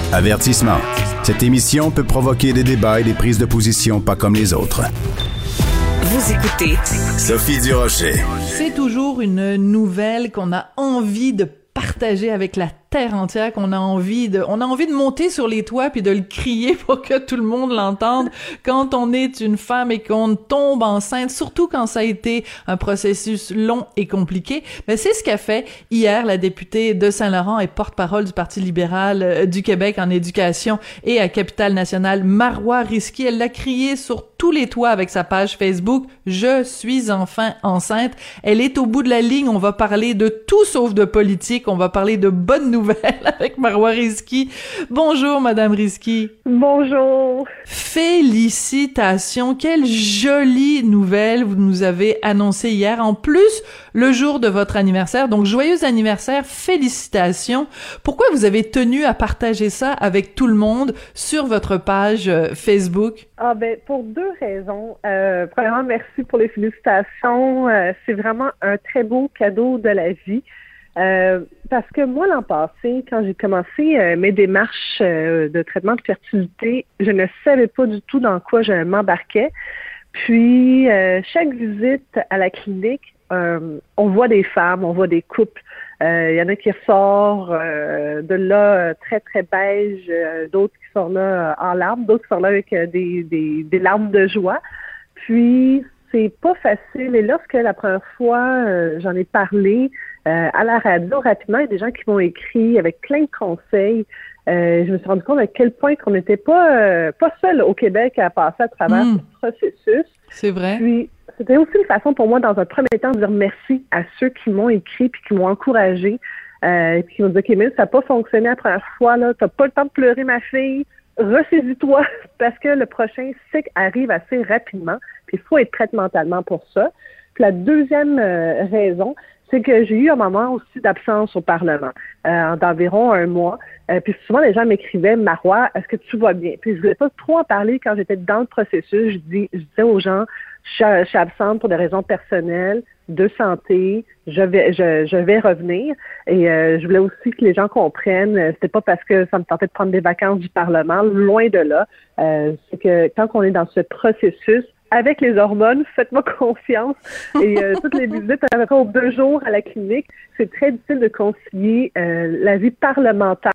Avertissement. Cette émission peut provoquer des débats et des prises de position pas comme les autres. Vous écoutez Sophie Durocher. C'est toujours une nouvelle qu'on a envie de partager avec la terre entière, qu'on a envie de monter sur les toits puis de le crier pour que tout le monde l'entende quand on est une femme et qu'on tombe enceinte, surtout quand ça a été un processus long et compliqué. Mais c'est ce qu'a fait hier la députée de Saint-Laurent et porte-parole du Parti libéral du Québec en éducation et à Capitale-Nationale, Marois Risky. Elle l'a crié sur tous les toits avec sa page Facebook « Je suis enfin enceinte ». Elle est au bout de la ligne. On va parler de tout sauf de politique. On va parler de bonnes nouvelles avec Marois Risky. Bonjour, Madame Risky. Bonjour. Félicitations. Quelle jolie nouvelle vous nous avez annoncée hier. En plus, le jour de votre anniversaire. Donc, joyeux anniversaire. Félicitations. Pourquoi vous avez tenu à partager ça avec tout le monde sur votre page Facebook? Pour deux raisons. Premièrement, merci pour les félicitations. C'est vraiment un très beau cadeau de la vie. Parce que moi, l'an passé, quand j'ai commencé mes démarches de traitement de fertilité, je ne savais pas du tout dans quoi je m'embarquais. Puis, chaque visite à la clinique, on voit des femmes, on voit des couples. Il y en a qui ressortent de là très, très beige, d'autres qui sont là en larmes, d'autres qui sont là avec des larmes de joie. Puis, c'est pas facile. Et lorsque la première fois, j'en ai parlé à la radio, rapidement, il y a des gens qui m'ont écrit avec plein de conseils. Je me suis rendu compte à quel point qu'on n'était pas seul au Québec à passer à travers ce processus. C'est vrai. Puis, c'était aussi une façon pour moi, dans un premier temps, de dire merci à ceux qui m'ont écrit puis qui m'ont encouragé. Puis qui m'ont dit, OK, mais ça n'a pas fonctionné la première fois, là. T'as pas le temps de pleurer, ma fille. Ressaisis-toi, parce que le prochain cycle arrive assez rapidement. Puis il faut être prête mentalement pour ça. Puis la deuxième raison, c'est que j'ai eu un moment aussi d'absence au Parlement, d'environ un mois. Puis souvent, les gens m'écrivaient, Marois, est-ce que tu vas bien? Puis je voulais pas trop en parler quand j'étais dans le processus. Je disais aux gens, je suis absente pour des raisons personnelles, de santé, je vais revenir. Et je voulais aussi que les gens comprennent, c'était pas parce que ça me tentait de prendre des vacances du Parlement, loin de là. C'est que quand on est dans ce processus, avec les hormones, faites-moi confiance. Et toutes les visites à peu près aux 2 jours à la clinique, c'est très difficile de concilier la vie parlementaire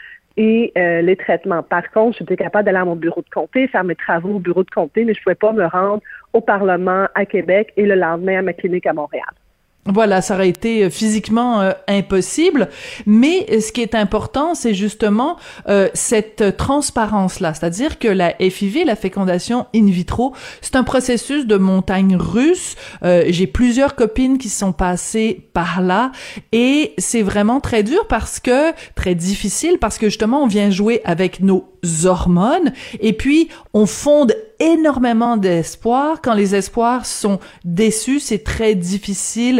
et les traitements. Par contre, j'étais capable d'aller à mon bureau de comté, faire mes travaux au bureau de comté, mais je pouvais pas me rendre au Parlement à Québec et le lendemain à ma clinique à Montréal. Voilà, ça aurait été physiquement impossible, mais ce qui est important, c'est justement cette transparence-là, c'est-à-dire que la FIV, la fécondation in vitro, c'est un processus de montagne russe. J'ai plusieurs copines qui sont passées par là et c'est vraiment très dur très difficile parce que justement, on vient jouer avec nos hormones et puis on fonde énormément d'espoir. Quand les espoirs sont déçus, c'est très difficile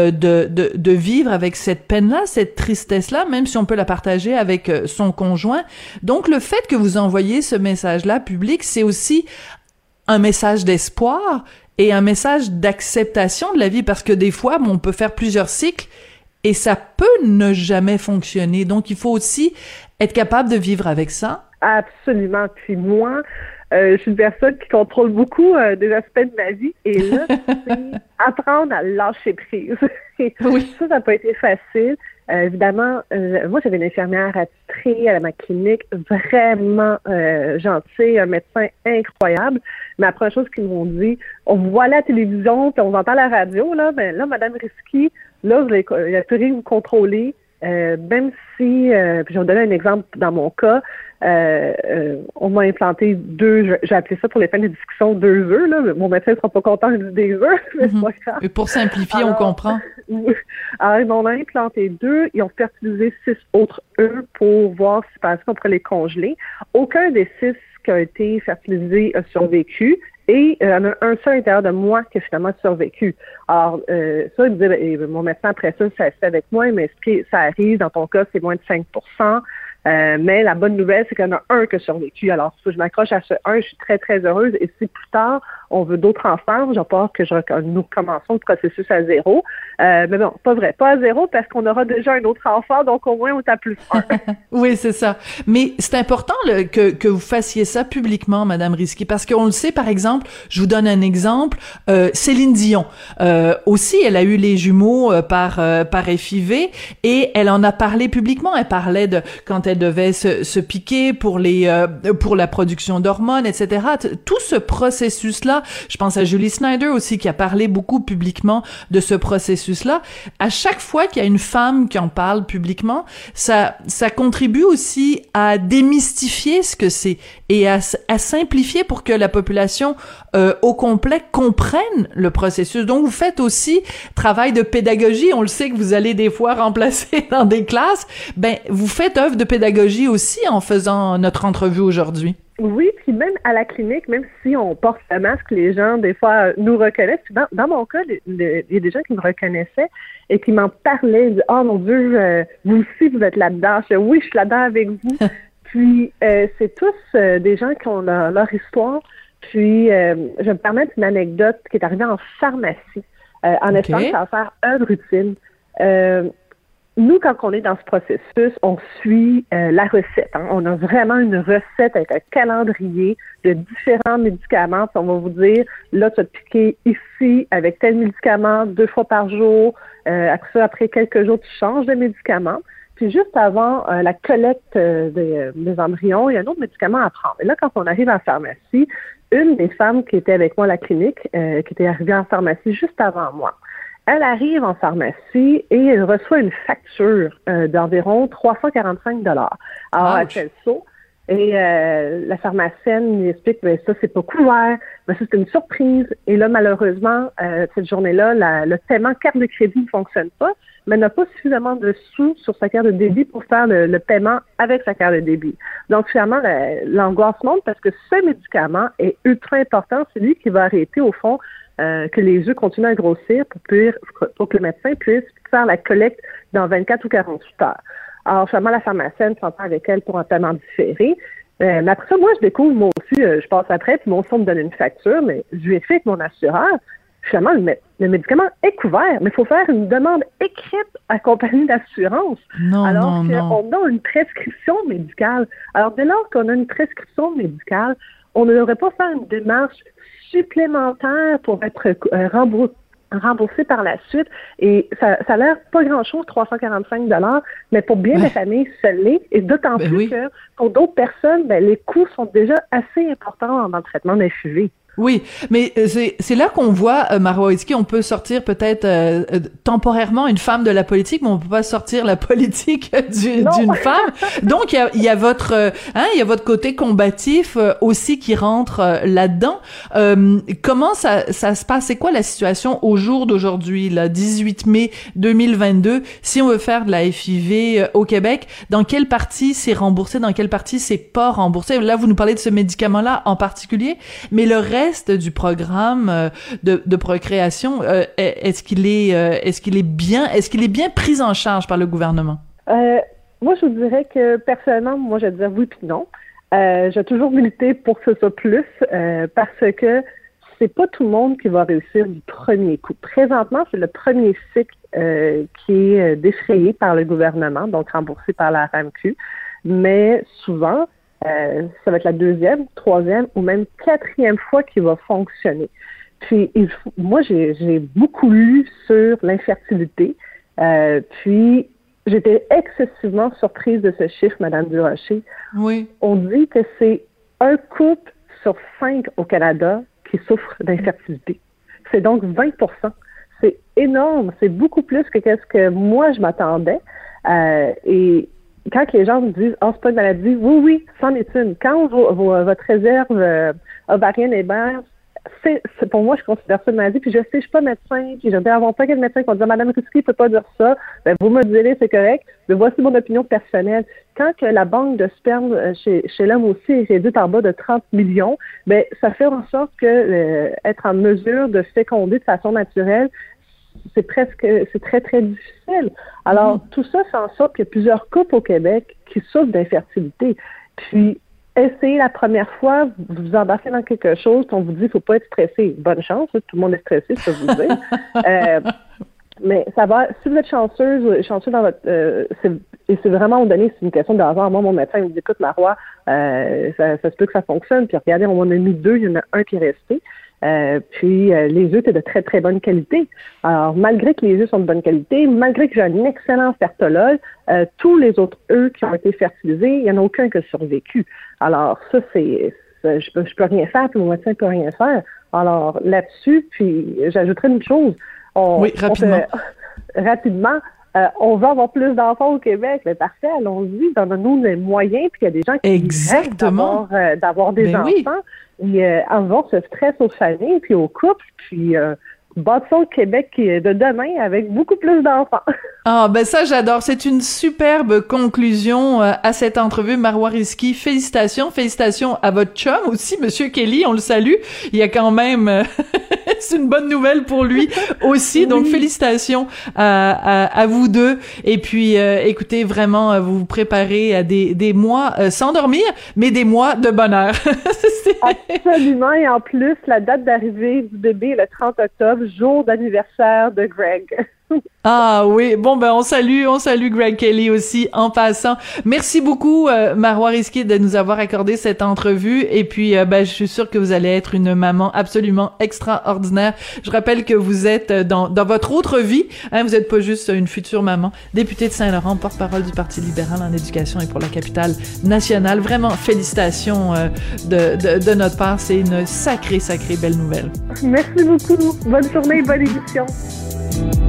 de vivre avec cette peine-là, cette tristesse-là, même si on peut la partager avec son conjoint. Donc, le fait que vous envoyez ce message-là public, c'est aussi un message d'espoir et un message d'acceptation de la vie, parce que des fois, on peut faire plusieurs cycles et ça peut ne jamais fonctionner. Donc, il faut aussi être capable de vivre avec ça. Absolument. Puis moi, je suis une personne qui contrôle beaucoup des aspects de ma vie. Et là, c'est apprendre à lâcher prise. Oui. Ça n'a pas été facile. Évidemment, moi, j'avais une infirmière attitrée à ma clinique, vraiment gentille, un médecin incroyable. Mais la première chose qu'ils m'ont dit, on voit la télévision, puis on entend la radio, là, mais là, Madame Risky, là, il n'y a plus rien à vous contrôler. Même si, puis je vais vous donner un exemple dans mon cas, on m'a implanté j'ai appelé ça pour les fins de discussion 2 œufs, là. Mon médecin ne sera pas content de des œufs, mais c'est pas grave. Et pour simplifier, on comprend. Alors, ils m'en ont implanté 2, ils ont fertilisé 6 autres œufs pour voir si par exemple on pourrait les congeler. Aucun des 6 qui a été fertilisé a survécu. Et il y en a un seul à l'intérieur de moi qui a finalement survécu. Alors, ça, il me disait, mon médecin, après ça fait avec moi, il m'a expliqué, ça arrive, dans ton cas, c'est moins de 5%. Mais la bonne nouvelle, c'est qu'il y en a un qui a survécu. Alors, si je m'accroche à ce un, je suis très, très heureuse. Et si plus tard, on veut d'autres enfants, j'ai peur que nous recommençons le processus à zéro. Mais bon, pas vrai, pas à zéro parce qu'on aura déjà un autre enfant, donc au moins on est à plus 1. Oui, c'est ça. Mais c'est important que vous fassiez ça publiquement, Madame Risky, parce qu'on le sait, par exemple, je vous donne un exemple, Céline Dion. Aussi, elle a eu les jumeaux par FIV et elle en a parlé publiquement. Elle parlait de quand elle devait se piquer pour la production d'hormones, etc. Tout ce processus-là, je pense à Julie Snyder aussi qui a parlé beaucoup publiquement de ce processus-là. À chaque fois qu'il y a une femme qui en parle publiquement, ça contribue aussi à démystifier ce que c'est et à simplifier pour que la population au complet comprenne le processus. Donc, vous faites aussi travail de pédagogie. On le sait que vous allez des fois remplacer dans des classes. Ben, vous faites œuvre de pédagogie aussi en faisant notre entrevue aujourd'hui. Oui, puis même à la clinique, même si on porte le masque, les gens, des fois, nous reconnaissent. Dans mon cas, il y a des gens qui me reconnaissaient et qui m'en parlaient. Ils disaient, oh mon Dieu, vous aussi, vous êtes là-dedans. Je dis, oui, je suis là-dedans avec vous. Puis, c'est tous des gens qui ont leur histoire. Puis, je vais me permettre une anecdote qui est arrivée en pharmacie. En espérant que ça va faire œuvre utile. Nous, quand on est dans ce processus, on suit la recette. Hein. On a vraiment une recette avec un calendrier de différents médicaments. Puis on va vous dire, là, tu as piqué ici avec tel médicament 2 fois par jour. Après quelques jours, tu changes de médicament. Puis juste avant la collecte des embryons, il y a un autre médicament à prendre. Et là, quand on arrive en pharmacie, une des femmes qui était avec moi à la clinique, qui était arrivée en pharmacie juste avant moi, elle arrive en pharmacie et elle reçoit une facture d'environ 345 $. Alors, elle fait le saut et la pharmacienne lui explique que ça, c'est pas couvert, mais ça, c'est une surprise. Et là, malheureusement, cette journée-là, le paiement carte de crédit ne fonctionne pas, mais elle n'a pas suffisamment de sous sur sa carte de débit pour faire le paiement avec sa carte de débit. Donc, finalement, l'angoisse monte parce que ce médicament est ultra important. C'est lui qui va arrêter, au fond, que les œufs continuent à grossir pour que le médecin puisse faire la collecte dans 24 ou 48 heures. Alors, finalement, la pharmacienne s'entend avec elle pour un paiement différé. Mais après ça, moi, je découvre, moi aussi, je passe après, puis mon son me donne une facture, mais je lui ai fait avec mon assureur. Finalement, le médicament est couvert, mais il faut faire une demande écrite à la compagnie d'assurance. Alors qu'on a une prescription médicale. Alors, dès lors qu'on a une prescription médicale, on ne devrait pas faire une démarche supplémentaire pour être remboursé par la suite. Et ça a l'air pas grand-chose, 345 $, mais pour bien des familles, ça l'est. Et d'autant plus que pour d'autres personnes, les coûts sont déjà assez importants dans le traitement des FIV. Oui, mais c'est là qu'on voit, Marois Risky, on peut sortir peut-être temporairement une femme de la politique, mais on peut pas sortir la politique d'une femme. Donc il y a votre il y a votre côté combatif aussi qui rentre là-dedans. Comment ça se passe? C'est quoi la situation au jour d'aujourd'hui, là, 18 mai 2022, si on veut faire de la FIV au Québec? Dans quelle partie c'est remboursé, dans quelle partie c'est pas remboursé? Là, vous nous parlez de ce médicament-là en particulier, mais le reste du programme de procréation, est-ce qu'il est bien pris en charge par le gouvernement? Moi, je vous dirais que personnellement, moi, je vais dire oui puis non. J'ai toujours milité pour que ce soit plus parce que c'est pas tout le monde qui va réussir du premier coup. Présentement, c'est le premier cycle qui est défrayé par le gouvernement, donc remboursé par la RAMQ, mais souvent, ça va être la 2e, 3e ou même 4e fois qu'il va fonctionner. Puis, moi, j'ai beaucoup lu sur l'infertilité. Puis, j'étais excessivement surprise de ce chiffre, Madame Durocher. Oui. On dit que c'est un couple sur 5 au Canada qui souffre d'infertilité. C'est donc 20 %. C'est énorme. C'est beaucoup plus que ce que moi, je m'attendais. Et quand les gens me disent « Ah, c'est pas une maladie », oui, c'en est une. Quand votre réserve ovarienne est basse, c'est pour moi, je considère ça une maladie, puis je sais, je suis pas médecin, puis je vais avoir pas quel médecin qui va dire « Madame Risky, il peut pas dire ça », ben vous me direz, c'est correct, mais voici mon opinion personnelle. Quand que la banque de sperme chez l'homme aussi est réduite en bas de 30 millions, ben ça fait en sorte que être en mesure de féconder de façon naturelle, c'est très, très difficile. Alors, tout ça fait en sorte qu'il y a plusieurs couples au Québec qui souffrent d'infertilité. Puis, essayez la première fois, vous embarquez dans quelque chose, on vous dit qu'il ne faut pas être stressé. Bonne chance, tout le monde est stressé, je peux vous dire. Mais ça va, si vous êtes chanceux dans votre... et c'est vraiment, donné, c'est une question de hasard. Moi, mon médecin me dit, écoute, Marois, ça se peut que ça fonctionne. Puis regardez, on en a mis 2, il y en a un qui est resté. Puis les œufs étaient de très, très bonne qualité. Alors, malgré que les œufs sont de bonne qualité, malgré que j'ai un excellent fertologue, tous les autres œufs qui ont été fertilisés, il n'y en a aucun qui a survécu. Alors, ça, je peux rien faire, puis mon médecin ne peut rien faire. Alors, là-dessus, puis j'ajouterais une chose. Oui, rapidement. On veut avoir plus d'enfants au Québec. Mais parfait, allons-y, donnons-nous les moyens, puis il y a des gens qui rêvent d'avoir des enfants. Oui. Et enlevons ce stress aux familles, puis aux couples, puis bâtissons le Québec de demain avec beaucoup plus d'enfants. Ah, ben ça, j'adore. C'est une superbe conclusion à cette entrevue. Marois Risky, félicitations. Félicitations à votre chum aussi, Monsieur Kelly, on le salue. Il y a quand même... c'est une bonne nouvelle pour lui aussi. Oui. Donc, félicitations à vous deux. Et puis, écoutez, vraiment, vous vous préparez à des mois sans dormir, mais des mois de bonheur. Absolument. Et en plus, la date d'arrivée du bébé est le 30 octobre, jour d'anniversaire de Greg. Ah oui, bon ben on salue Greg Kelly aussi en passant. Merci beaucoup Marois Risky de nous avoir accordé cette entrevue et puis ben je suis sûre que vous allez être une maman absolument extraordinaire. Je rappelle que vous êtes dans votre autre vie, hein, vous êtes pas juste une future maman, députée de Saint-Laurent, porte-parole du Parti libéral en éducation et pour la capitale nationale. Vraiment félicitations de notre part, c'est une sacrée belle nouvelle. Merci beaucoup. Bonne journée, bonne édition.